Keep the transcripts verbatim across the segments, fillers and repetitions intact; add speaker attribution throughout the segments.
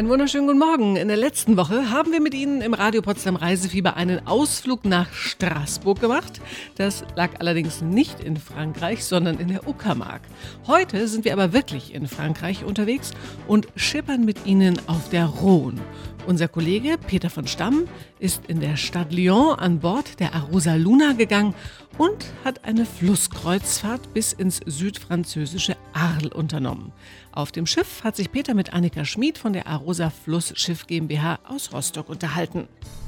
Speaker 1: Einen wunderschönen guten Morgen. In der letzten Woche haben wir mit Ihnen im Radio Potsdam Reisefieber einen Ausflug nach Straßburg gemacht. Das lag allerdings nicht in Frankreich, sondern in der Uckermark. Heute sind wir aber wirklich in Frankreich unterwegs und schippern mit Ihnen auf der Rhône. Unser Kollege Peter von Stamm ist in der Stadt Lyon an Bord der Arosa Luna gegangen und hat eine Flusskreuzfahrt bis ins südfranzösische Arles unternommen. Auf dem Schiff hat sich Peter mit Annika Schmid von der Arosa Flussschiff GmbH aus Rostock unterhalten.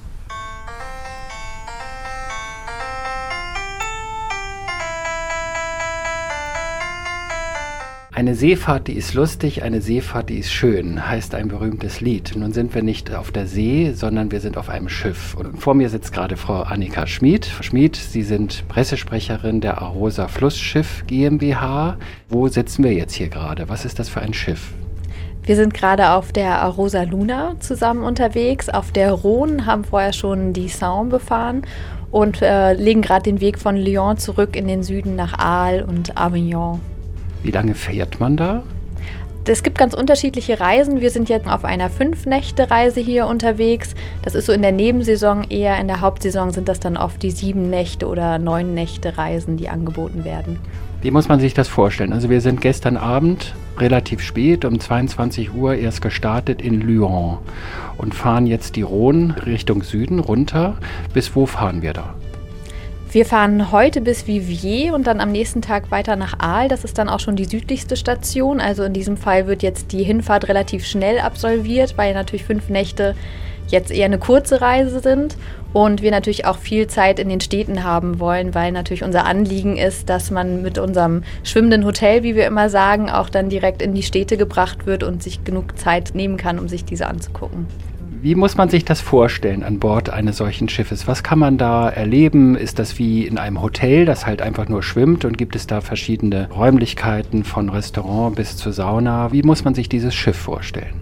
Speaker 2: Eine Seefahrt, die ist lustig, eine Seefahrt, die ist schön, heißt ein berühmtes Lied. Nun sind wir nicht auf der See, sondern wir sind auf einem Schiff. Und vor mir sitzt gerade Frau Annika Schmid. Schmid, Sie sind Pressesprecherin der Arosa Flussschiff GmbH. Wo sitzen wir jetzt hier gerade? Was ist das für ein Schiff?
Speaker 3: Wir sind gerade auf der Arosa Luna zusammen unterwegs. Auf der Rhône, haben vorher schon die Saône befahren und äh, legen gerade den Weg von Lyon zurück in den Süden nach Arles und Avignon.
Speaker 2: Wie lange fährt man da?
Speaker 3: Es gibt ganz unterschiedliche Reisen. Wir sind jetzt auf einer Fünf-Nächte-Reise hier unterwegs. Das ist so in der Nebensaison eher. In der Hauptsaison sind das dann oft die sieben Nächte oder neun Nächte Reisen, die angeboten werden.
Speaker 2: Wie muss man sich das vorstellen? Also wir sind gestern Abend relativ spät, um zweiundzwanzig Uhr erst gestartet in Lyon und fahren jetzt die Rhône Richtung Süden runter. Bis wo fahren wir da?
Speaker 3: Wir fahren heute bis Viviers und dann am nächsten Tag weiter nach Arles. Das ist dann auch schon die südlichste Station. Also in diesem Fall wird jetzt die Hinfahrt relativ schnell absolviert, weil natürlich fünf Nächte jetzt eher eine kurze Reise sind. Und wir natürlich auch viel Zeit in den Städten haben wollen, weil natürlich unser Anliegen ist, dass man mit unserem schwimmenden Hotel, wie wir immer sagen, auch dann direkt in die Städte gebracht wird und sich genug Zeit nehmen kann, um sich diese anzugucken.
Speaker 2: Wie muss man sich das vorstellen an Bord eines solchen Schiffes? Was kann man da erleben? Ist das wie in einem Hotel, das halt einfach nur schwimmt? Und gibt es da verschiedene Räumlichkeiten von Restaurant bis zur Sauna? Wie muss man sich dieses Schiff vorstellen?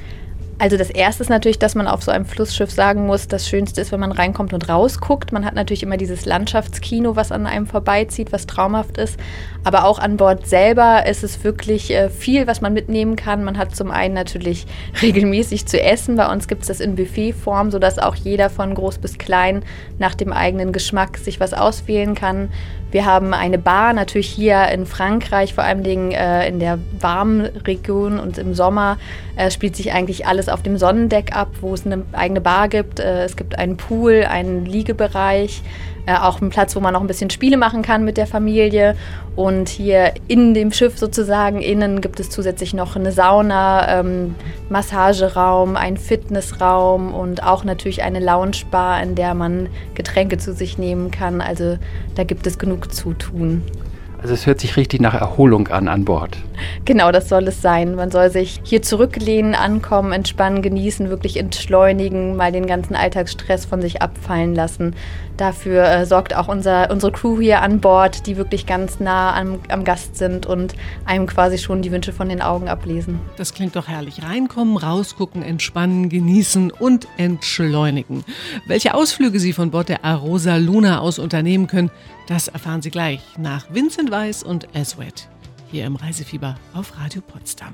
Speaker 3: Also das Erste ist natürlich, dass man auf so einem Flussschiff sagen muss, das Schönste ist, wenn man reinkommt und rausguckt. Man hat natürlich immer dieses Landschaftskino, was an einem vorbeizieht, was traumhaft ist. Aber auch an Bord selber ist es wirklich äh, viel, was man mitnehmen kann. Man hat zum einen natürlich regelmäßig zu essen. Bei uns gibt es das in Buffetform, sodass auch jeder von groß bis klein nach dem eigenen Geschmack sich was auswählen kann. Wir haben eine Bar, natürlich hier in Frankreich, vor allem äh, in der warmen Region und im Sommer äh, spielt sich eigentlich alles auf dem Sonnendeck ab, wo es eine eigene Bar gibt. Äh, es gibt einen Pool, einen Liegebereich, äh, auch einen Platz, wo man noch ein bisschen Spiele machen kann mit der Familie. Und hier in dem Schiff sozusagen innen gibt es zusätzlich noch eine Sauna, ähm, Massageraum, einen Fitnessraum und auch natürlich eine Loungebar, in der man Getränke zu sich nehmen kann. Also da gibt es genug zu tun.
Speaker 2: Also es hört sich richtig nach Erholung an an Bord.
Speaker 3: Genau, das soll es sein. Man soll sich hier zurücklehnen, ankommen, entspannen, genießen, wirklich entschleunigen, mal den ganzen Alltagsstress von sich abfallen lassen. Dafür äh, sorgt auch unser, unsere Crew hier an Bord, die wirklich ganz nah am, am Gast sind und einem quasi schon die Wünsche von den Augen ablesen.
Speaker 1: Das klingt doch herrlich. Reinkommen, rausgucken, entspannen, genießen und entschleunigen. Welche Ausflüge Sie von Bord der Arosa Luna aus unternehmen können, das erfahren Sie gleich nach Vincent Weiss und Aswad hier im Reisefieber auf Radio Potsdam.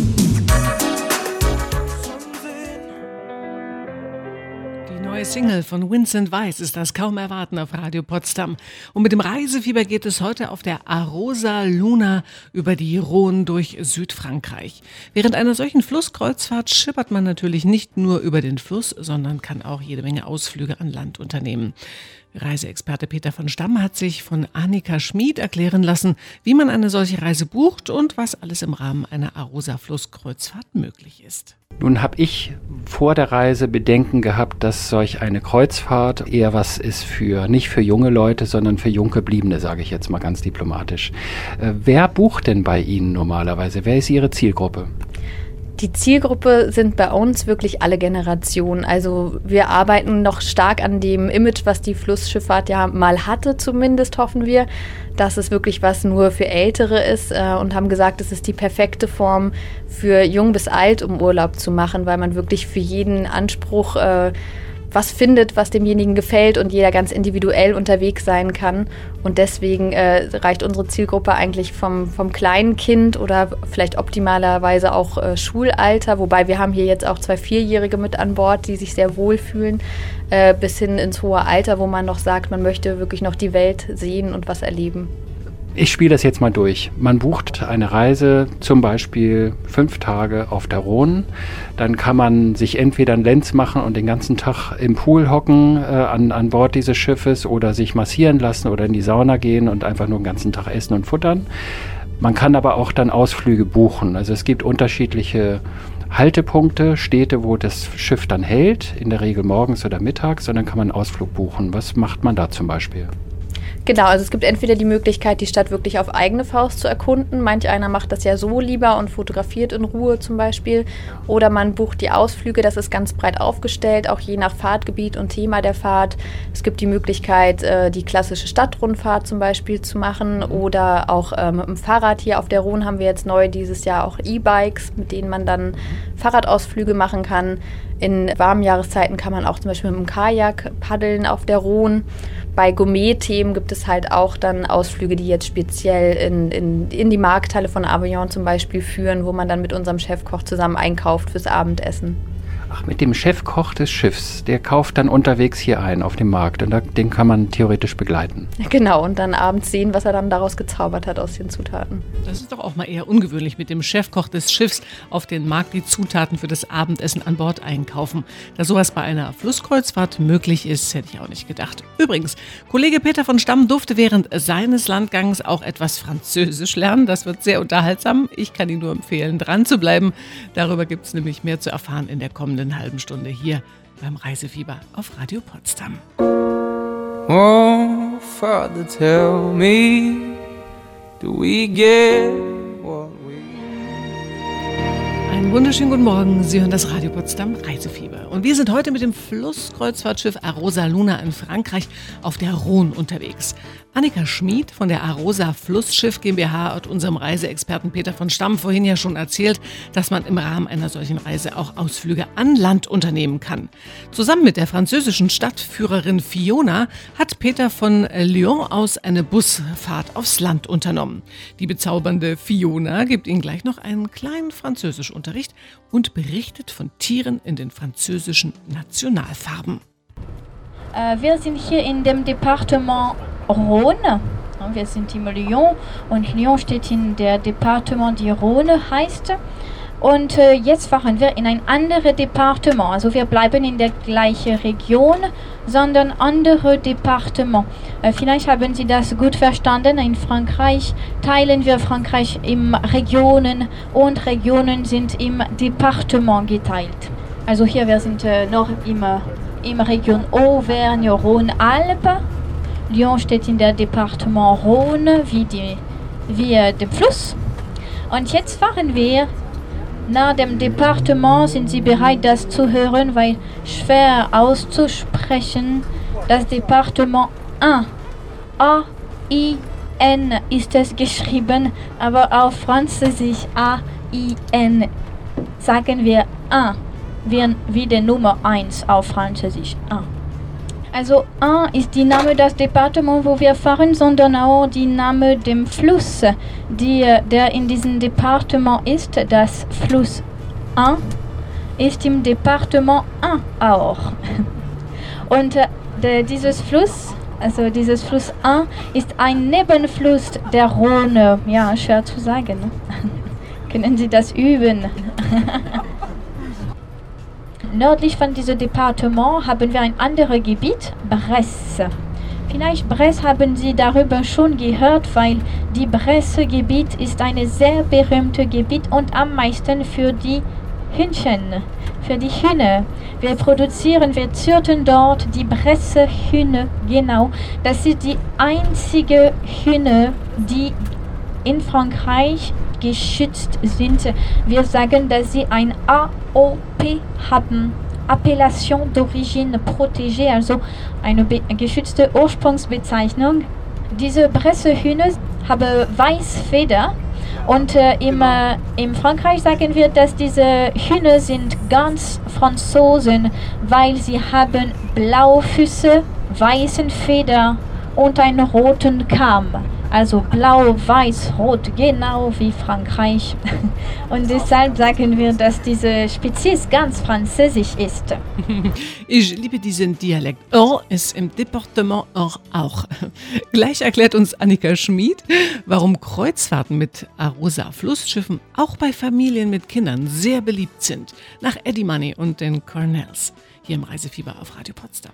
Speaker 1: Die neue Single von Vincent Weiss ist das kaum erwarten auf Radio Potsdam. Und mit dem Reisefieber geht es heute auf der Arosa Luna über die Rhône durch Südfrankreich. Während einer solchen Flusskreuzfahrt schippert man natürlich nicht nur über den Fluss, sondern kann auch jede Menge Ausflüge an Land unternehmen. Reiseexperte Peter von Stamm hat sich von Annika Schmid erklären lassen, wie man eine solche Reise bucht und was alles im Rahmen einer Arosa-Flusskreuzfahrt möglich ist.
Speaker 2: Nun habe ich vor der Reise Bedenken gehabt, dass solch eine Kreuzfahrt eher was ist für, nicht für junge Leute, sondern für Junggebliebene, sage ich jetzt mal ganz diplomatisch. Äh, wer bucht denn bei Ihnen normalerweise? Wer ist Ihre Zielgruppe?
Speaker 3: Die Zielgruppe sind bei uns wirklich alle Generationen. Also wir arbeiten noch stark an dem Image, was die Flussschifffahrt ja mal hatte, zumindest hoffen wir, dass es wirklich was nur für Ältere ist äh, und haben gesagt, es ist die perfekte Form für jung bis alt, um Urlaub zu machen, weil man wirklich für jeden Anspruch äh, was findet, was demjenigen gefällt und jeder ganz individuell unterwegs sein kann. Und deswegen äh, reicht unsere Zielgruppe eigentlich vom, vom kleinen Kind oder vielleicht optimalerweise auch äh, Schulalter, wobei wir haben hier jetzt auch zwei Vierjährige mit an Bord, die sich sehr wohlfühlen, äh, bis hin ins hohe Alter, wo man noch sagt, man möchte wirklich noch die Welt sehen und was erleben.
Speaker 2: Ich spiele das jetzt mal durch. Man bucht eine Reise, zum Beispiel fünf Tage auf der Rhone. Dann kann man sich entweder einen Lenz machen und den ganzen Tag im Pool hocken äh, an, an Bord dieses Schiffes oder sich massieren lassen oder in die Sauna gehen und einfach nur den ganzen Tag essen und futtern. Man kann aber auch dann Ausflüge buchen. Also es gibt unterschiedliche Haltepunkte, Städte, wo das Schiff dann hält, in der Regel morgens oder mittags, und dann kann man einen Ausflug buchen. Was macht man da zum Beispiel?
Speaker 3: Genau, also es gibt entweder die Möglichkeit, die Stadt wirklich auf eigene Faust zu erkunden. Manch einer macht das ja so lieber und fotografiert in Ruhe zum Beispiel. Oder man bucht die Ausflüge, das ist ganz breit aufgestellt, auch je nach Fahrtgebiet und Thema der Fahrt. Es gibt die Möglichkeit, die klassische Stadtrundfahrt zum Beispiel zu machen oder auch mit dem Fahrrad. Hier auf der Rhone haben wir jetzt neu dieses Jahr auch E-Bikes, mit denen man dann Fahrradausflüge machen kann. In warmen Jahreszeiten kann man auch zum Beispiel mit dem Kajak paddeln auf der Rhone. Bei Gourmet-Themen gibt es halt auch dann Ausflüge, die jetzt speziell in, in, in die Markthalle von Avignon zum Beispiel führen, wo man dann mit unserem Chefkoch zusammen einkauft fürs Abendessen.
Speaker 2: Ach, mit dem Chefkoch des Schiffs, der kauft dann unterwegs hier ein auf dem Markt und da, den kann man theoretisch begleiten.
Speaker 3: Genau, und dann abends sehen, was er dann daraus gezaubert hat aus den Zutaten.
Speaker 1: Das ist doch auch mal eher ungewöhnlich, mit dem Chefkoch des Schiffs auf den Markt die Zutaten für das Abendessen an Bord einkaufen. Da sowas bei einer Flusskreuzfahrt möglich ist, hätte ich auch nicht gedacht. Übrigens, Kollege Peter von Stamm durfte während seines Landgangs auch etwas Französisch lernen. Das wird sehr unterhaltsam. Ich kann Ihnen nur empfehlen, dran zu bleiben. Darüber gibt es nämlich mehr zu erfahren in der kommenden halben Stunde hier beim Reisefieber auf Radio Potsdam.
Speaker 4: Oh, Father, tell me, do we get what we...
Speaker 1: Einen wunderschönen guten Morgen. Sie hören das Radio Potsdam Reisefieber. Und wir sind heute mit dem Flusskreuzfahrtschiff Arosa Luna in Frankreich auf der Rhone unterwegs. Annika Schmid von der Arosa Flussschiff GmbH hat unserem Reiseexperten Peter von Stamm vorhin ja schon erzählt, dass man im Rahmen einer solchen Reise auch Ausflüge an Land unternehmen kann. Zusammen mit der französischen Stadtführerin Fiona hat Peter von Lyon aus eine Busfahrt aufs Land unternommen. Die bezaubernde Fiona gibt Ihnen gleich noch einen kleinen Französischunterricht und berichtet von Tieren in den französischen Nationalfarben.
Speaker 5: Äh, wir sind hier in dem Departement Rhone. Wir sind im Lyon und Lyon steht in der Departement, die Rhone heißt. Und äh, jetzt fahren wir in ein anderes Departement. Also wir bleiben in der gleichen Region, sondern andere Departement. Äh, vielleicht haben Sie das gut verstanden. In Frankreich teilen wir Frankreich in Regionen und Regionen sind im Departement geteilt. Also hier wir sind äh, noch im, im Region Auvergne-Rhône-Alpes. Lyon steht in der Departement Rhône, wie, die, wie äh, der Fluss. Und jetzt fahren wir nach dem Departement. Sind Sie bereit, das zu hören, weil schwer auszusprechen. Das Departement eins. A I N ist es geschrieben, aber auf Französisch A I N sagen wir eins, wie, wie die Nummer eins auf Französisch. eins. Also eins ist die Name des Departements, wo wir fahren, sondern auch die Name dem Fluss, die, der in diesem Departement ist. Das Fluss eins ist im Departement eins auch. Und äh, de, dieses Fluss, also dieses Fluss eins, ist ein Nebenfluss der Rhone. Ja, schwer zu sagen. Ne? Können Sie das üben? Nördlich von diesem Departement haben wir ein anderes Gebiet, Bresse. Vielleicht Bresse haben Sie darüber schon gehört, weil die Bresse-Gebiet ist ein sehr berühmtes Gebiet und am meisten für die Hühnchen, für die Hühner. Wir produzieren, wir züchten dort die Bresse-Hühner, genau. Das ist die einzige Hühner, die in Frankreich geschützt sind. Wir sagen, dass sie ein A O P haben, Appellation d'origine protégée, also eine geschützte Ursprungsbezeichnung. Diese Bressehühner haben weiße Feder Und äh, im, äh, in Frankreich sagen wir, dass diese Hühner sind ganz Franzosen, weil sie haben blaue Füße, weißen Feder und einen roten Kamm. Also blau, weiß, rot, genau wie Frankreich. Und deshalb sagen wir, dass diese Spezies ganz französisch ist.
Speaker 1: Ich liebe diesen Dialekt. Or ist im Departement Or auch. Gleich erklärt uns Annika Schmid, warum Kreuzfahrten mit Arosa-Flussschiffen auch bei Familien mit Kindern sehr beliebt sind. Nach Eddie Money und den Cornells. Hier im Reisefieber auf Radio Potsdam.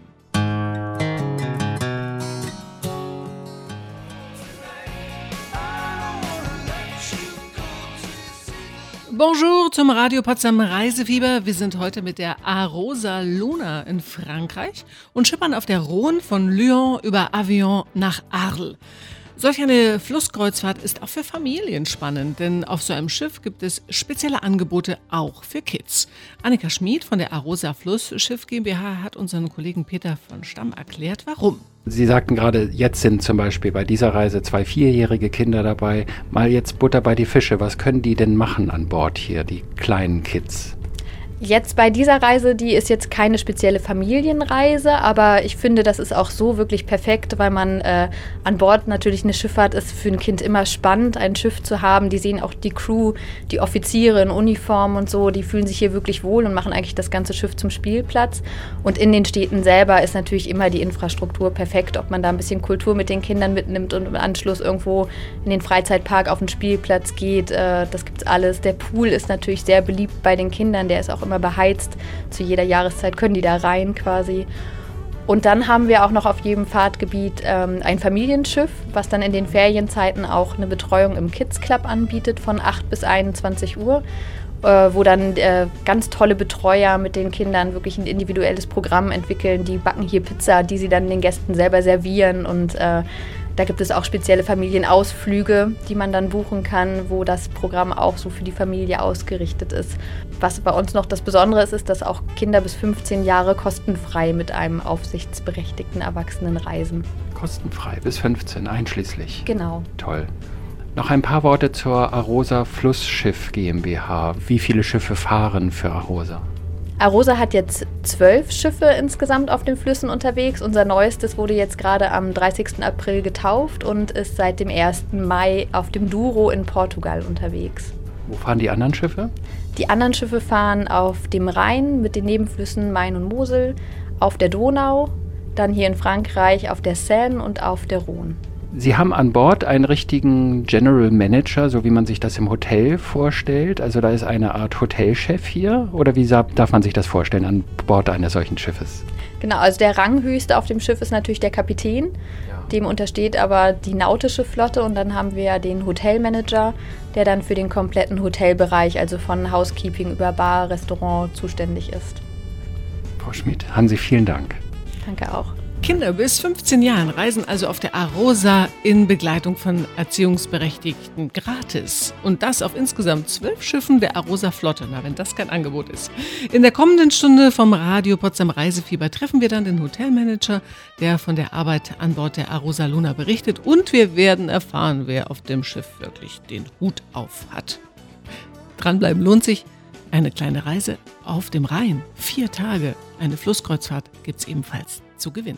Speaker 1: Bonjour zum Radio Potsdam Reisefieber. Wir sind heute mit der Arosa Luna in Frankreich und schippern auf der Rhône von Lyon über Avignon nach Arles. Solch eine Flusskreuzfahrt ist auch für Familien spannend, denn auf so einem Schiff gibt es spezielle Angebote auch für Kids. Annika Schmid von der Arosa Flussschiff GmbH hat unseren Kollegen Peter von Stamm erklärt, warum.
Speaker 2: Sie sagten gerade, jetzt sind zum Beispiel bei dieser Reise zwei vierjährige Kinder dabei. Mal jetzt Butter bei die Fische. Was können die denn machen an Bord hier, die kleinen Kids?
Speaker 3: Jetzt bei dieser Reise, die ist jetzt keine spezielle Familienreise, aber ich finde, das ist auch so wirklich perfekt, weil man äh, an Bord natürlich eine Schifffahrt ist für ein Kind immer spannend, ein Schiff zu haben. Die sehen auch die Crew, die Offiziere in Uniform und so, die fühlen sich hier wirklich wohl und machen eigentlich das ganze Schiff zum Spielplatz. Und in den Städten selber ist natürlich immer die Infrastruktur perfekt, ob man da ein bisschen Kultur mit den Kindern mitnimmt und im Anschluss irgendwo in den Freizeitpark auf den Spielplatz geht. Äh, das gibt's alles. Der Pool ist natürlich sehr beliebt bei den Kindern, der ist auch immer beheizt. Zu jeder Jahreszeit können die da rein quasi. Und dann haben wir auch noch auf jedem Fahrtgebiet ähm, ein Familienschiff, was dann in den Ferienzeiten auch eine Betreuung im Kids Club anbietet von acht bis einundzwanzig Uhr, äh, wo dann äh, ganz tolle Betreuer mit den Kindern wirklich ein individuelles Programm entwickeln. Die backen hier Pizza, die sie dann den Gästen selber servieren und äh, da gibt es auch spezielle Familienausflüge, die man dann buchen kann, wo das Programm auch so für die Familie ausgerichtet ist. Was bei uns noch das Besondere ist, ist, dass auch Kinder bis fünfzehn Jahre kostenfrei mit einem aufsichtsberechtigten Erwachsenen reisen.
Speaker 2: Kostenfrei bis fünfzehn einschließlich?
Speaker 3: Genau.
Speaker 2: Toll. Noch ein paar Worte zur Arosa Flussschiff GmbH. Wie viele Schiffe fahren für Arosa?
Speaker 3: Arosa hat jetzt zwölf Schiffe insgesamt auf den Flüssen unterwegs. Unser neuestes wurde jetzt gerade am dreißigsten April getauft und ist seit dem ersten Mai auf dem Douro in Portugal unterwegs.
Speaker 2: Wo fahren die anderen Schiffe?
Speaker 3: Die anderen Schiffe fahren auf dem Rhein mit den Nebenflüssen Main und Mosel, auf der Donau, dann hier in Frankreich auf der Seine und auf der Rhône.
Speaker 2: Sie haben an Bord einen richtigen General Manager, so wie man sich das im Hotel vorstellt. Also da ist eine Art Hotelchef hier. Oder wie darf man sich das vorstellen an Bord eines solchen Schiffes?
Speaker 3: Genau, also der Ranghöchste auf dem Schiff ist natürlich der Kapitän. Ja. Dem untersteht aber die nautische Flotte. Und dann haben wir den Hotelmanager, der dann für den kompletten Hotelbereich, also von Housekeeping über Bar, Restaurant zuständig ist.
Speaker 2: Frau Schmid, Hansi, vielen Dank.
Speaker 3: Danke auch.
Speaker 1: Kinder bis fünfzehn Jahren reisen also auf der Arosa in Begleitung von Erziehungsberechtigten gratis. Und das auf insgesamt zwölf Schiffen der Arosa-Flotte. Na, wenn das kein Angebot ist. In der kommenden Stunde vom Radio Potsdam Reisefieber treffen wir dann den Hotelmanager, der von der Arbeit an Bord der Arosa Luna berichtet. Und wir werden erfahren, wer auf dem Schiff wirklich den Hut auf hat. Dranbleiben lohnt sich. Eine kleine Reise auf dem Rhein. Vier Tage. Eine Flusskreuzfahrt gibt es ebenfalls zu gewinnen.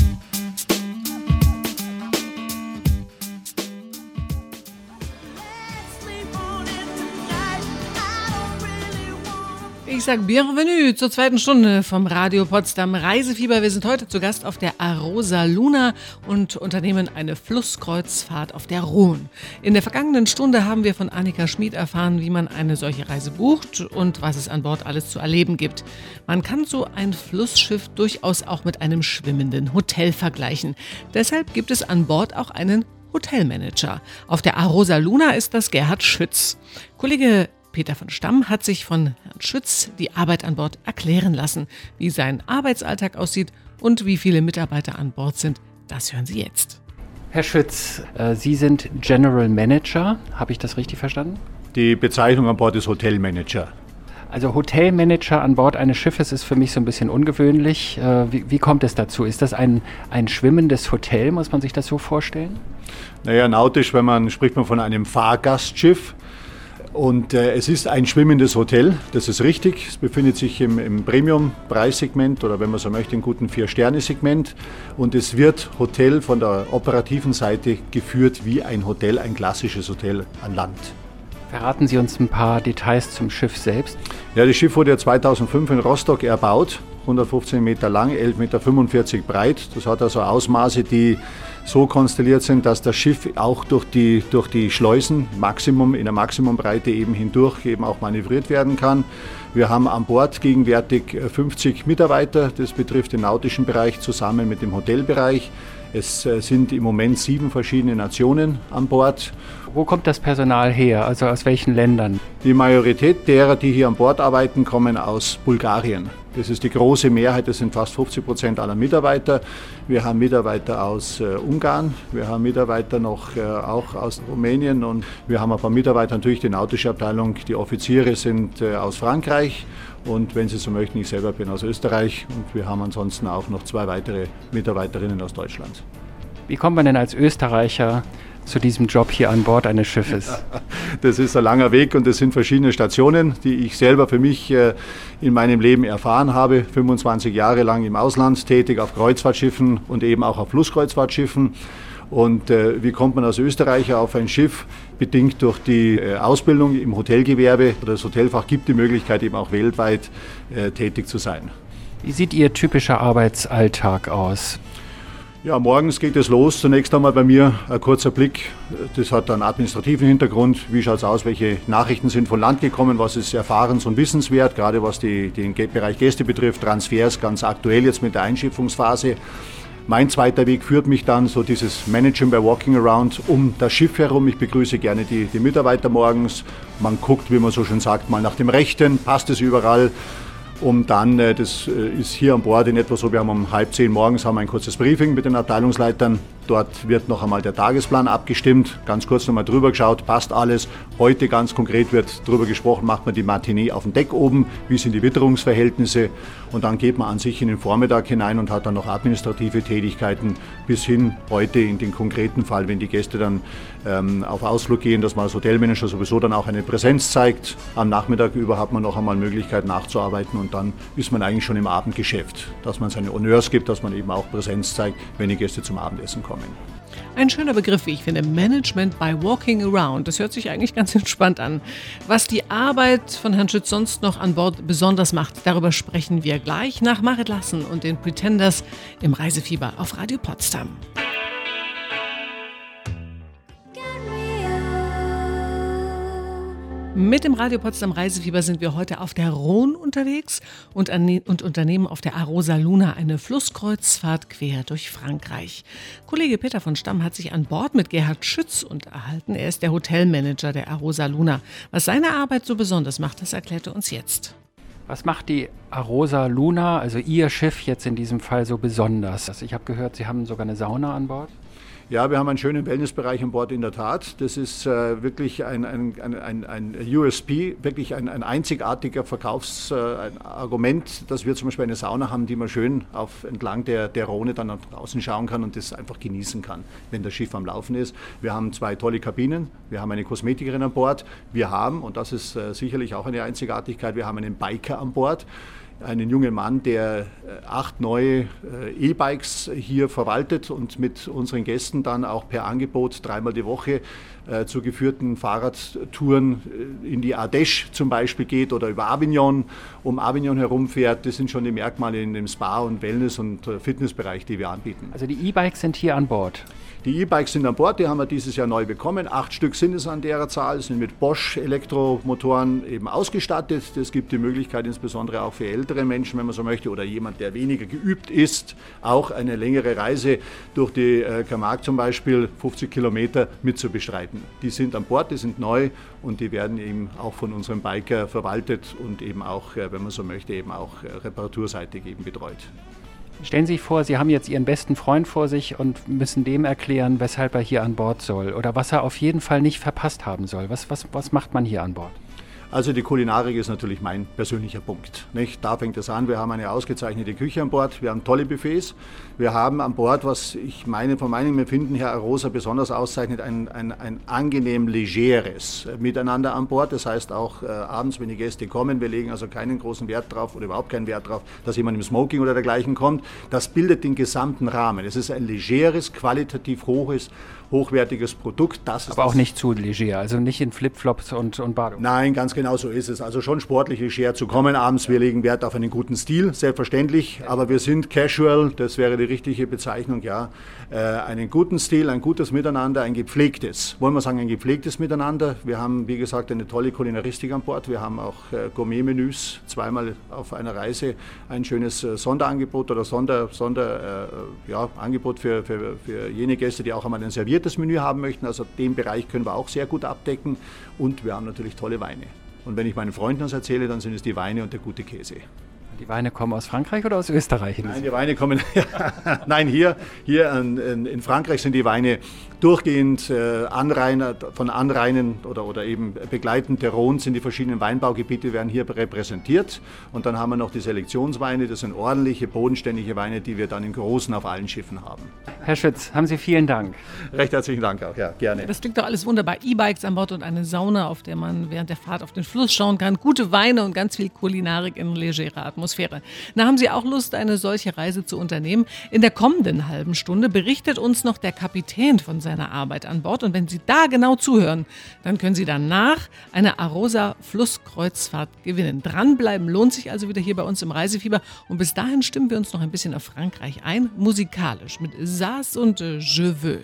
Speaker 1: Ich sage Bienvenue zur zweiten Stunde vom Radio Potsdam Reisefieber. Wir sind heute zu Gast auf der Arosa Luna und unternehmen eine Flusskreuzfahrt auf der Rhône. In der vergangenen Stunde haben wir von Annika Schmid erfahren, wie man eine solche Reise bucht und was es an Bord alles zu erleben gibt. Man kann so ein Flussschiff durchaus auch mit einem schwimmenden Hotel vergleichen. Deshalb gibt es an Bord auch einen Hotelmanager. Auf der Arosa Luna ist das Gerhard Schütz. Kollege Peter von Stamm hat sich von Herrn Schütz die Arbeit an Bord erklären lassen. Wie sein Arbeitsalltag aussieht und wie viele Mitarbeiter an Bord sind, das hören Sie jetzt.
Speaker 2: Herr Schütz, äh, Sie sind General Manager, habe ich das richtig verstanden?
Speaker 6: Die Bezeichnung an Bord ist Hotelmanager.
Speaker 2: Also Hotelmanager an Bord eines Schiffes ist für mich so ein bisschen ungewöhnlich. Äh, wie, wie kommt es dazu? Ist das ein, ein schwimmendes Hotel, muss man sich das so vorstellen?
Speaker 6: Naja, nautisch, wenn man spricht man von einem Fahrgastschiff. Und äh, es ist ein schwimmendes Hotel, das ist richtig. Es befindet sich im, im Premium-Preissegment oder wenn man so möchte, im guten Vier-Sterne-Segment. Und es wird Hotel von der operativen Seite geführt wie ein Hotel, ein klassisches Hotel an Land.
Speaker 2: Verraten Sie uns ein paar Details zum Schiff selbst.
Speaker 6: Ja, das Schiff wurde ja zweitausendfünf in Rostock erbaut, hundertfünfzehn Meter lang, elf Meter fünfundvierzig breit. Das hat also Ausmaße, die so konstelliert sind, dass das Schiff auch durch die, durch die Schleusen Maximum, in der Maximumbreite eben hindurch eben auch manövriert werden kann. Wir haben an Bord gegenwärtig fünfzig Mitarbeiter, das betrifft den nautischen Bereich zusammen mit dem Hotelbereich. Es sind im Moment sieben verschiedene Nationen an Bord.
Speaker 2: Wo kommt das Personal her, also aus welchen Ländern?
Speaker 6: Die Majorität derer, die hier an Bord arbeiten, kommen aus Bulgarien. Das ist die große Mehrheit, das sind fast fünfzig Prozent aller Mitarbeiter. Wir haben Mitarbeiter aus äh, Ungarn, wir haben Mitarbeiter noch äh, auch aus Rumänien und wir haben ein paar Mitarbeiter, natürlich die nautische Abteilung, die Offiziere sind äh, aus Frankreich und wenn Sie so möchten, ich selber bin aus Österreich und wir haben ansonsten auch noch zwei weitere Mitarbeiterinnen aus Deutschland.
Speaker 2: Wie kommt man denn als Österreicher zu diesem Job hier an Bord eines Schiffes?
Speaker 6: Das ist ein langer Weg und das sind verschiedene Stationen, die ich selber für mich in meinem Leben erfahren habe. fünfundzwanzig Jahre lang im Ausland tätig, auf Kreuzfahrtschiffen und eben auch auf Flusskreuzfahrtschiffen. Und äh, wie kommt man als Österreicher auf ein Schiff? Bedingt durch die äh, Ausbildung im Hotelgewerbe. Das Hotelfach gibt die Möglichkeit, eben auch weltweit äh, tätig zu sein.
Speaker 2: Wie sieht Ihr typischer Arbeitsalltag aus?
Speaker 6: Ja, morgens geht es los. Zunächst einmal bei mir ein kurzer Blick. Das hat einen administrativen Hintergrund. Wie schaut es aus? Welche Nachrichten sind von Land gekommen? Was ist erfahrens- und wissenswert? Gerade was die, den Bereich Gäste betrifft. Transfers ganz aktuell jetzt mit der Einschiffungsphase. Mein zweiter Weg führt mich dann so dieses Managen bei Walking Around um das Schiff herum. Ich begrüße gerne die, die Mitarbeiter morgens. Man guckt, wie man so schön sagt, mal nach dem Rechten. Passt es überall? Um dann, das ist hier an Bord in etwa so, wir haben um halb zehn morgens haben wir ein kurzes Briefing mit den Abteilungsleitern. Dort wird noch einmal der Tagesplan abgestimmt, ganz kurz noch mal drüber geschaut, passt alles. Heute ganz konkret wird drüber gesprochen, macht man die Matinee auf dem Deck oben, wie sind die Witterungsverhältnisse und dann geht man an sich in den Vormittag hinein und hat dann noch administrative Tätigkeiten bis hin heute in den konkreten Fall, wenn die Gäste dann ähm, auf Ausflug gehen, dass man als Hotelmanager sowieso dann auch eine Präsenz zeigt. Am Nachmittag über hat man noch einmal Möglichkeit nachzuarbeiten und dann ist man eigentlich schon im Abendgeschäft, dass man seine Honneurs gibt, dass man eben auch Präsenz zeigt, wenn die Gäste zum Abendessen kommen.
Speaker 1: Ein schöner Begriff, wie ich finde, Management by Walking Around. Das hört sich eigentlich ganz entspannt an. Was die Arbeit von Herrn Schütz sonst noch an Bord besonders macht, darüber sprechen wir gleich nach Marit Lassen und den Pretenders im Reisefieber auf Radio Potsdam. Mit dem Radio Potsdam Reisefieber sind wir heute auf der Rhône unterwegs und, an, und unternehmen auf der Arosa Luna eine Flusskreuzfahrt quer durch Frankreich. Kollege Peter von Stamm hat sich an Bord mit Gerhard Schütz unterhalten. Er ist der Hotelmanager der Arosa Luna. Was seine Arbeit so besonders macht, das erklärt er uns jetzt.
Speaker 2: Was macht die Arosa Luna, also Ihr Schiff jetzt in diesem Fall, so besonders? Also ich habe gehört, Sie haben sogar eine Sauna an Bord.
Speaker 6: Ja, wir haben einen schönen Wellnessbereich an Bord in der Tat. Das ist äh, wirklich ein, ein, ein, ein U S P, wirklich ein, ein einzigartiger Verkaufsargument, äh, dass wir zum Beispiel eine Sauna haben, die man schön auf, entlang der, der Rhone dann nach draußen schauen kann und das einfach genießen kann, wenn das Schiff am Laufen ist. Wir haben zwei tolle Kabinen, wir haben eine Kosmetikerin an Bord, wir haben, und das ist äh, sicherlich auch eine Einzigartigkeit, wir haben einen Biker an Bord. Einen jungen Mann, der acht neue E-Bikes hier verwaltet und mit unseren Gästen dann auch per Angebot dreimal die Woche äh, zu geführten Fahrradtouren in die Ardèche zum Beispiel geht oder über Avignon, um Avignon herumfährt. Das sind schon die Merkmale in dem Spa- und Wellness- und Fitnessbereich, die wir anbieten.
Speaker 2: Also die E-Bikes sind hier an Bord?
Speaker 6: Die E-Bikes sind an Bord, die haben wir dieses Jahr neu bekommen. Acht Stück sind es an derer Zahl, sind mit Bosch-Elektromotoren eben ausgestattet. Das gibt die Möglichkeit, insbesondere auch für ältere Menschen, wenn man so möchte, oder jemand, der weniger geübt ist, auch eine längere Reise durch die äh, Camargue zum Beispiel, fünfzig Kilometer, mit zu bestreiten. Die sind an Bord, die sind neu und die werden eben auch von unserem Biker verwaltet und eben auch, äh, wenn man so möchte, eben auch äh, reparaturseitig eben betreut.
Speaker 2: Stellen Sie sich vor, Sie haben jetzt Ihren besten Freund vor sich und müssen dem erklären, weshalb er hier an Bord soll oder was er auf jeden Fall nicht verpasst haben soll. Was, was, was macht man hier an Bord?
Speaker 6: Also die Kulinarik ist natürlich mein persönlicher Punkt. Nicht? Da fängt es an, wir haben eine ausgezeichnete Küche an Bord, wir haben tolle Buffets, wir haben an Bord, was ich meine, von meinem Empfinden her Arosa besonders auszeichnet, ein, ein, ein angenehm legeres Miteinander an Bord. Das heißt auch äh, abends, wenn die Gäste kommen, wir legen also keinen großen Wert drauf oder überhaupt keinen Wert drauf, dass jemand im Smoking oder dergleichen kommt. Das bildet den gesamten Rahmen. Es ist ein legeres, qualitativ hohes, hochwertiges Produkt. Das ist
Speaker 2: Aber
Speaker 6: das
Speaker 2: auch nicht zu leger, also nicht in Flipflops und, und Badehose.
Speaker 6: Nein, ganz genau so ist es. Also schon sportlich leger zu kommen abends. Wir legen Wert auf einen guten Stil, selbstverständlich. Aber wir sind casual, das wäre die richtige Bezeichnung, ja. Äh, einen guten Stil, ein gutes Miteinander, ein gepflegtes. Wollen wir sagen, ein gepflegtes Miteinander. Wir haben, wie gesagt, eine tolle Kulinaristik an Bord. Wir haben auch äh, Gourmet-Menüs, zweimal auf einer Reise ein schönes äh, Sonderangebot oder Sonder, Sonder, äh, ja, Angebot für, für, für jene Gäste, die auch einmal ein serviertes Menü haben möchten. Also den Bereich können wir auch sehr gut abdecken. Und wir haben natürlich tolle Weine. Und wenn ich meinen Freunden das erzähle, dann sind es die Weine und der gute Käse.
Speaker 2: Die Weine kommen aus Frankreich oder aus Österreich?
Speaker 6: Nein, die Weine kommen, nein, hier, hier in, in Frankreich sind die Weine durchgehend äh, Anrainer, von Anrainen oder, oder eben begleitend der Rhone sind die verschiedenen Weinbaugebiete, werden hier repräsentiert. Und dann haben wir noch die Selektionsweine, das sind ordentliche, bodenständige Weine, die wir dann in großen auf allen Schiffen haben.
Speaker 2: Herr Schütz, haben Sie vielen Dank.
Speaker 6: Recht herzlichen Dank auch, ja, gerne.
Speaker 1: Das klingt doch alles wunderbar. E-Bikes an Bord und eine Sauna, auf der man während der Fahrt auf den Fluss schauen kann. Gute Weine und ganz viel Kulinarik in legerer Atmosphäre. Na, haben Sie auch Lust, eine solche Reise zu unternehmen? In der kommenden halben Stunde berichtet uns noch der Kapitän von seiner Arbeit an Bord. Und wenn Sie da genau zuhören, dann können Sie danach eine Arosa-Flusskreuzfahrt gewinnen. Dranbleiben lohnt sich also wieder hier bei uns im Reisefieber. Und bis dahin stimmen wir uns noch ein bisschen auf Frankreich ein, musikalisch mit Saas und äh, Je veux.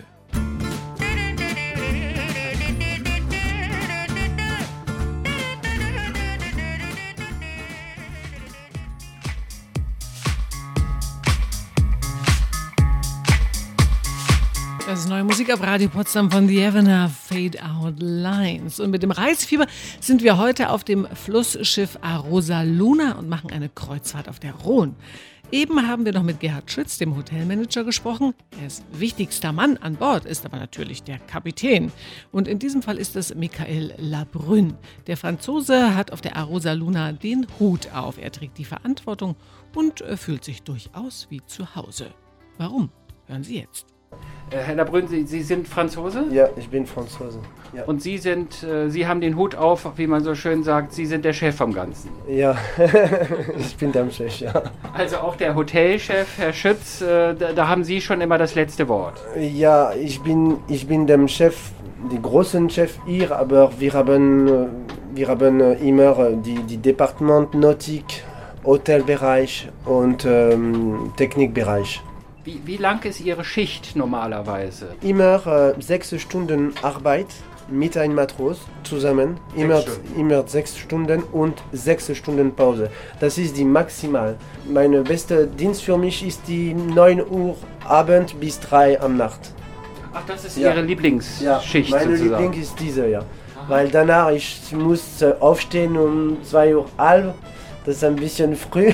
Speaker 1: Das ist neue Musik auf Radio Potsdam von The Evener Fade Out Lines. Und mit dem Reisefieber sind wir heute auf dem Flussschiff Arosa Luna und machen eine Kreuzfahrt auf der Rhone. Eben haben wir noch mit Gerhard Schütz, dem Hotelmanager, gesprochen. Er ist wichtigster Mann an Bord, ist aber natürlich der Kapitän. Und in diesem Fall ist es Michael Labrune. Der Franzose hat auf der Arosa Luna den Hut auf. Er trägt die Verantwortung und fühlt sich durchaus wie zu Hause. Warum? Hören Sie jetzt.
Speaker 2: Äh, Herr Labrune, Sie, Sie sind Franzose?
Speaker 7: Ja, ich bin Franzose. Ja.
Speaker 2: Und Sie sind, äh, Sie haben den Hut auf, wie man so schön sagt, Sie sind der Chef vom Ganzen.
Speaker 7: Ja, ich bin der Chef, ja.
Speaker 2: Also auch der Hotelchef, Herr Schütz, äh, da, da haben Sie schon immer das letzte Wort.
Speaker 7: Ja, ich bin, ich bin der Chef, der großen Chef hier, aber wir haben, wir haben immer die, die Departement Nautik, Hotelbereich und ähm, Technikbereich.
Speaker 2: Wie, wie lang ist Ihre Schicht normalerweise?
Speaker 7: Immer äh, sechs Stunden Arbeit mit einem Matros zusammen. Immer sechs, immer sechs Stunden und sechs Stunden Pause. Das ist die maximal. Mein bester Dienst für mich ist die neun Uhr Abend bis drei am Nacht.
Speaker 2: Ach, das ist
Speaker 7: ja.
Speaker 2: Ihre Lieblingsschicht
Speaker 7: ja, meine
Speaker 2: sozusagen.
Speaker 7: Lieblings ist diese, ja. Aha. Weil danach ich muss äh, aufstehen um zwei Uhr halb. Das ist ein bisschen früh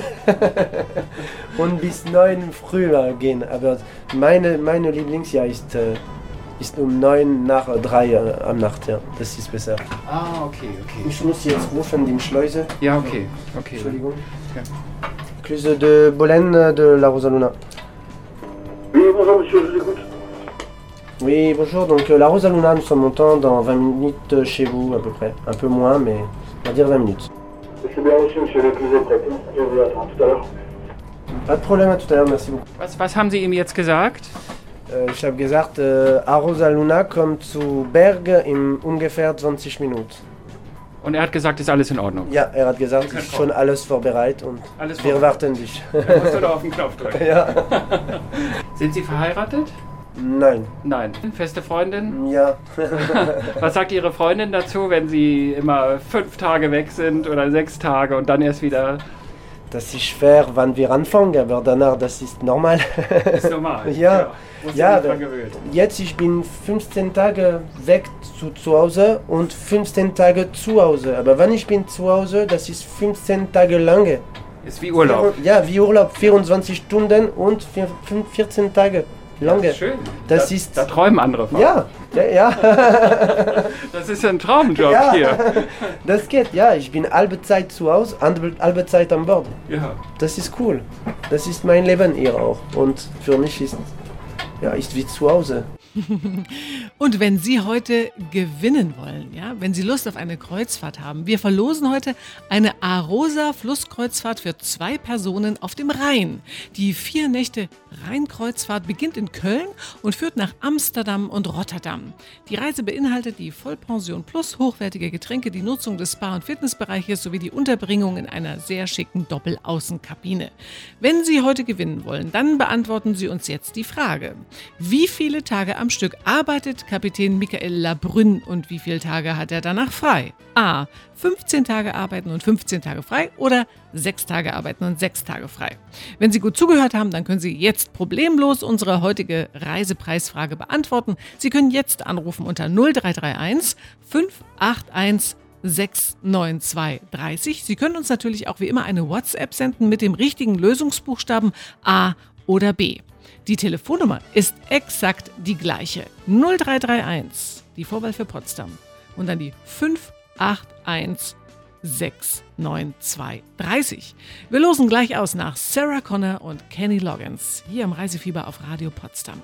Speaker 7: und bis neun früher gehen. Aber meine, meine Lieblingsjahr ist, äh, ist um neun nach drei äh, am Nacht. Ja. Das ist besser.
Speaker 2: Ah, okay, okay.
Speaker 7: Ich muss jetzt rufen, die Schleuse.
Speaker 2: Ja, okay, okay.
Speaker 7: Entschuldigung. Ja. Schleuse de Bolène de la Arosa Luna.
Speaker 8: Oui, bonjour monsieur, je vous écoute.
Speaker 7: Oui, bonjour. Donc la Arosa Luna, nous sommes montants dans vingt minutes chez vous à peu près. Un peu moins, mais on va dire vingt minutes.
Speaker 8: C'est bien reçu, monsieur le plus prêt. Je vous attends tout à l'heure.
Speaker 7: Pas de problème, à tout à l'heure, merci beaucoup.
Speaker 2: Was, was haben Sie ihm jetzt gesagt?
Speaker 7: Äh, ich habe gesagt, äh, Arosa Luna kommt zu Berg in ungefähr zwanzig Minuten.
Speaker 2: Und er hat gesagt, ist alles in Ordnung?
Speaker 7: Ja, er hat gesagt, ist schon alles vorbereitet und
Speaker 2: alles
Speaker 7: wir warten dich.
Speaker 2: Er musst nur auf den Knopf drücken.
Speaker 7: Ja.
Speaker 2: Sind Sie verheiratet?
Speaker 7: Nein.
Speaker 2: Nein. Feste Freundin?
Speaker 7: Ja.
Speaker 2: Was sagt Ihre Freundin dazu, wenn Sie immer fünf Tage weg sind oder sechs Tage und dann erst wieder...
Speaker 7: Das ist schwer, wann wir anfangen, aber danach, das ist normal.
Speaker 2: Ist normal?
Speaker 7: Ja.
Speaker 2: Ja,
Speaker 7: ja, jetzt ich bin fünfzehn Tage weg zu, zu Hause und fünfzehn Tage zu Hause. Aber wenn ich bin zu Hause, das ist fünfzehn Tage lang.
Speaker 2: Ist wie Urlaub?
Speaker 7: Ja, wie Urlaub, vierundzwanzig Stunden und vierzehn Tage. Lange.
Speaker 2: Das ist schön.
Speaker 7: Das
Speaker 2: da,
Speaker 7: ist,
Speaker 2: da träumen andere von.
Speaker 7: ja, ja, ja.
Speaker 2: Das ist ja ein Traumjob
Speaker 7: ja.
Speaker 2: hier.
Speaker 7: Das geht, ja. Ich bin halbe Zeit zu Hause, halbe Zeit an Bord.
Speaker 2: Ja.
Speaker 7: Das ist cool. Das ist mein Leben hier auch. Und für mich ist, ja, ist wie zu Hause.
Speaker 1: Und wenn Sie heute gewinnen wollen, ja, wenn Sie Lust auf eine Kreuzfahrt haben, wir verlosen heute eine Arosa Flusskreuzfahrt für zwei Personen auf dem Rhein. Die vier Nächte Rheinkreuzfahrt beginnt in Köln und führt nach Amsterdam und Rotterdam. Die Reise beinhaltet die Vollpension plus hochwertige Getränke, die Nutzung des Spa- und Fitnessbereiches sowie die Unterbringung in einer sehr schicken Doppelaußenkabine. Wenn Sie heute gewinnen wollen, dann beantworten Sie uns jetzt die Frage: Wie viele Tage am Stück arbeitet Kapitän Michael Labrünn und wie viele Tage hat er danach frei? A. fünfzehn Tage arbeiten und fünfzehn Tage frei oder sechs Tage arbeiten und sechs Tage frei. Wenn Sie gut zugehört haben, dann können Sie jetzt problemlos unsere heutige Reisepreisfrage beantworten. Sie können jetzt anrufen unter null drei drei eins fünf acht eins sechs neun zwei drei null. Sie können uns natürlich auch wie immer eine WhatsApp senden mit dem richtigen Lösungsbuchstaben A oder B. Die Telefonnummer ist exakt die gleiche. null drei drei eins, die Vorwahl für Potsdam. Und dann die fünf acht eins sechs neun zwei drei null. Wir losen gleich aus nach Sarah Connor und Kenny Loggins. Hier im Reisefieber auf Radio Potsdam.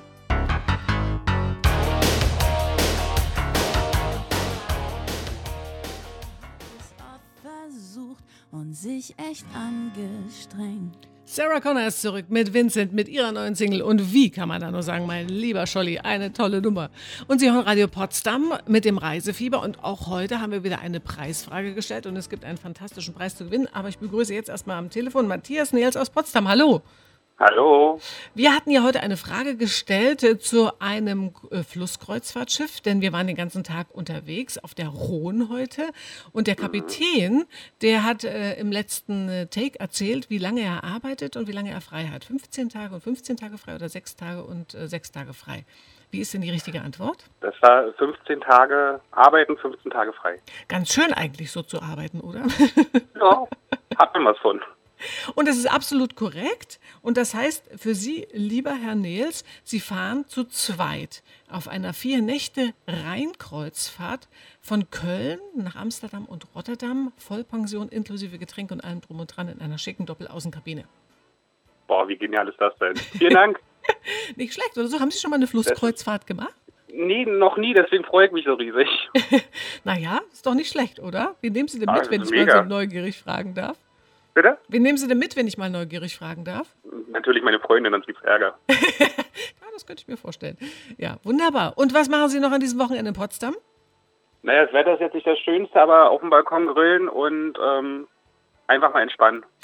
Speaker 9: Versucht und sich echt angestrengt.
Speaker 1: Sarah Connor ist zurück mit Vincent, mit ihrer neuen Single. Und wie kann man da nur sagen, mein lieber Scholli, eine tolle Nummer. Und Sie hören Radio Potsdam mit dem Reisefieber. Und auch heute haben wir wieder eine Preisfrage gestellt. Und es gibt einen fantastischen Preis zu gewinnen. Aber ich begrüße jetzt erstmal am Telefon Matthias Nels aus Potsdam. Hallo.
Speaker 10: Hallo.
Speaker 1: Wir hatten ja heute eine Frage gestellt äh, zu einem äh, Flusskreuzfahrtschiff, denn wir waren den ganzen Tag unterwegs auf der Rhone heute. Und der Kapitän, der hat äh, im letzten äh, Take erzählt, wie lange er arbeitet und wie lange er frei hat. fünfzehn Tage und fünfzehn Tage frei oder sechs Tage und äh, sechs Tage frei. Wie ist denn die richtige Antwort?
Speaker 10: Das war fünfzehn Tage arbeiten, fünfzehn Tage frei.
Speaker 1: Ganz schön eigentlich so zu arbeiten, oder?
Speaker 10: Ja, hat man was von.
Speaker 1: Und das ist absolut korrekt. Und das heißt für Sie, lieber Herr Nels, Sie fahren zu zweit auf einer vier Nächte Rheinkreuzfahrt von Köln nach Amsterdam und Rotterdam, Vollpension inklusive Getränke und allem drum und dran in einer schicken Doppelaußenkabine.
Speaker 10: Boah, wie genial ist das denn? Vielen Dank.
Speaker 1: Nicht schlecht, oder so? Haben Sie schon mal eine Flusskreuzfahrt gemacht?
Speaker 10: Nee, noch nie, deswegen freue ich mich so riesig.
Speaker 1: Naja, ist doch nicht schlecht, oder? Wie nehmen Sie denn
Speaker 10: Ah,
Speaker 1: mit,
Speaker 10: das
Speaker 1: wenn
Speaker 10: ist
Speaker 1: ich mal
Speaker 10: mega.
Speaker 1: so neugierig fragen darf?
Speaker 10: Bitte?
Speaker 1: Wen nehmen Sie denn mit, wenn ich mal neugierig fragen darf?
Speaker 10: Natürlich meine Freundin, sonst gibt's Ärger.
Speaker 1: Ja, das könnte ich mir vorstellen. Ja, wunderbar. Und was machen Sie noch an diesem Wochenende in Potsdam?
Speaker 10: Naja, das Wetter ist jetzt nicht das Schönste, aber auf dem Balkon grillen und ähm, einfach mal entspannen.